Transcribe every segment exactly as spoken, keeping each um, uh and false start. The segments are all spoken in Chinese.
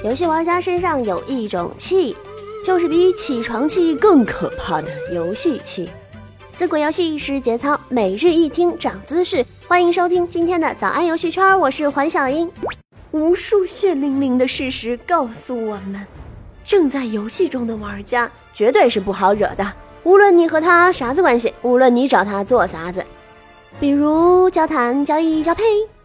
游戏玩家身上有一种气，就是比起床气更可怕的游戏气。自古游戏是节操，每日一听长姿势。欢迎收听今天的早安游戏圈，我是环小英。无数血淋淋的事实告诉我们，正在游戏中的玩家绝对是不好惹的，无论你和他啥子关系，无论你找他做啥子，比如交谈、交易、交配。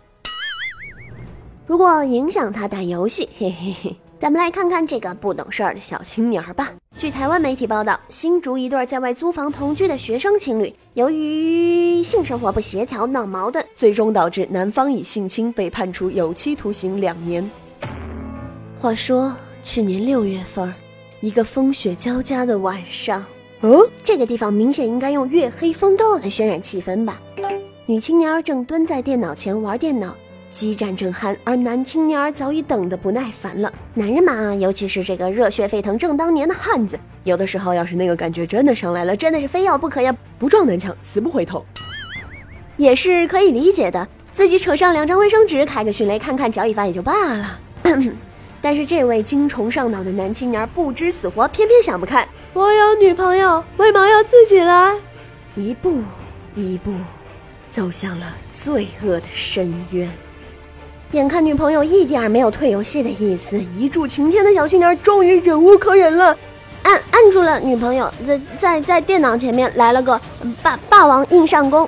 如果影响他打游戏，嘿嘿嘿，咱们来看看这个不懂事儿的小青年吧。据台湾媒体报道，新竹一对在外租房同居的学生情侣，由于性生活不协调闹矛盾，最终导致男方以性侵被判处有期徒刑两年。话说去年六月份，一个风雪交加的晚上，哦，这个地方明显应该用月黑风高来渲染气氛吧。女青年正蹲在电脑前玩电脑，激战正酣，而男青年早已等得不耐烦了。男人嘛，尤其是这个热血沸腾正当年的汉子，有的时候要是那个感觉真的上来了，真的是非要不可呀，不撞南墙死不回头，也是可以理解的。自己扯上两张卫生纸，开个迅雷看看脚一发也就罢了。但是这位精虫上脑的男青年不知死活，偏偏想不开，我有女朋友，为毛要自己来？一步一步走向了罪恶的深渊。眼看女朋友一点没有退游戏的意思，一柱擎天的小青年终于忍无可忍了，按按住了女朋友，在在在电脑前面来了个霸霸王硬上弓。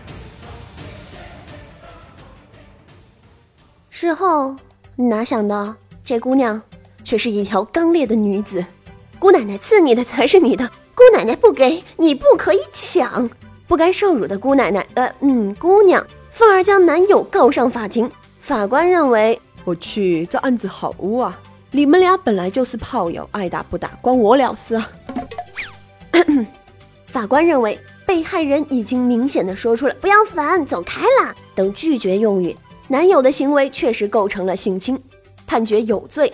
事后哪想到这姑娘却是一条刚烈的女子，姑奶奶赐你的才是你的，姑奶奶不给你不可以抢。不甘受辱的姑奶奶呃嗯姑娘愤而将男友告上法庭。法官认为，我去，这案子好污啊！你们俩本来就是炮友，爱打不打关我了事啊。法官认为，被害人已经明显的说出了不要烦走开啦等拒绝用语，男友的行为确实构成了性侵，判决有罪。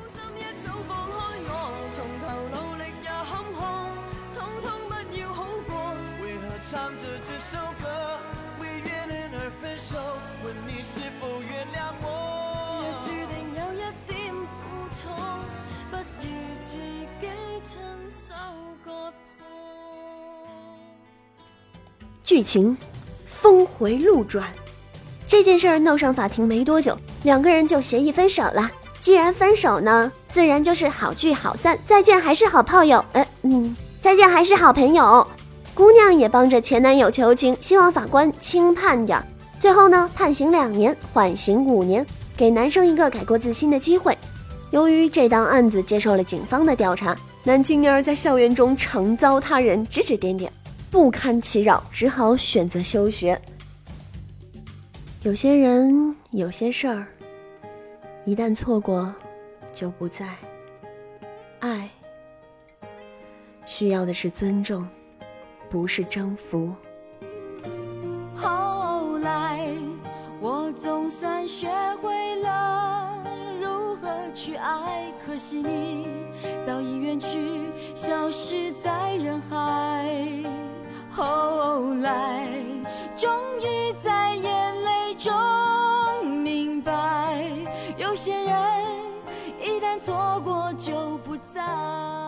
剧情峰回路转，这件事儿闹上法庭没多久，两个人就协议分手了。既然分手呢，自然就是好聚好散，再见还是好炮友，呃嗯，再见还是好朋友。姑娘也帮着前男友求情，希望法官轻判点。最后呢，判刑两年，缓刑五年，给男生一个改过自新的机会。由于这档案子接受了警方的调查，男青年在校园中常遭他人指指点点，不堪其扰，只好选择休学。有些人，有些事儿，一旦错过，就不在。爱，需要的是尊重，不是征服。 后来，我总算学会了如何去爱，可惜你早已远去，消失在人海。后来终于在眼泪中明白，有些人一旦错过就不再。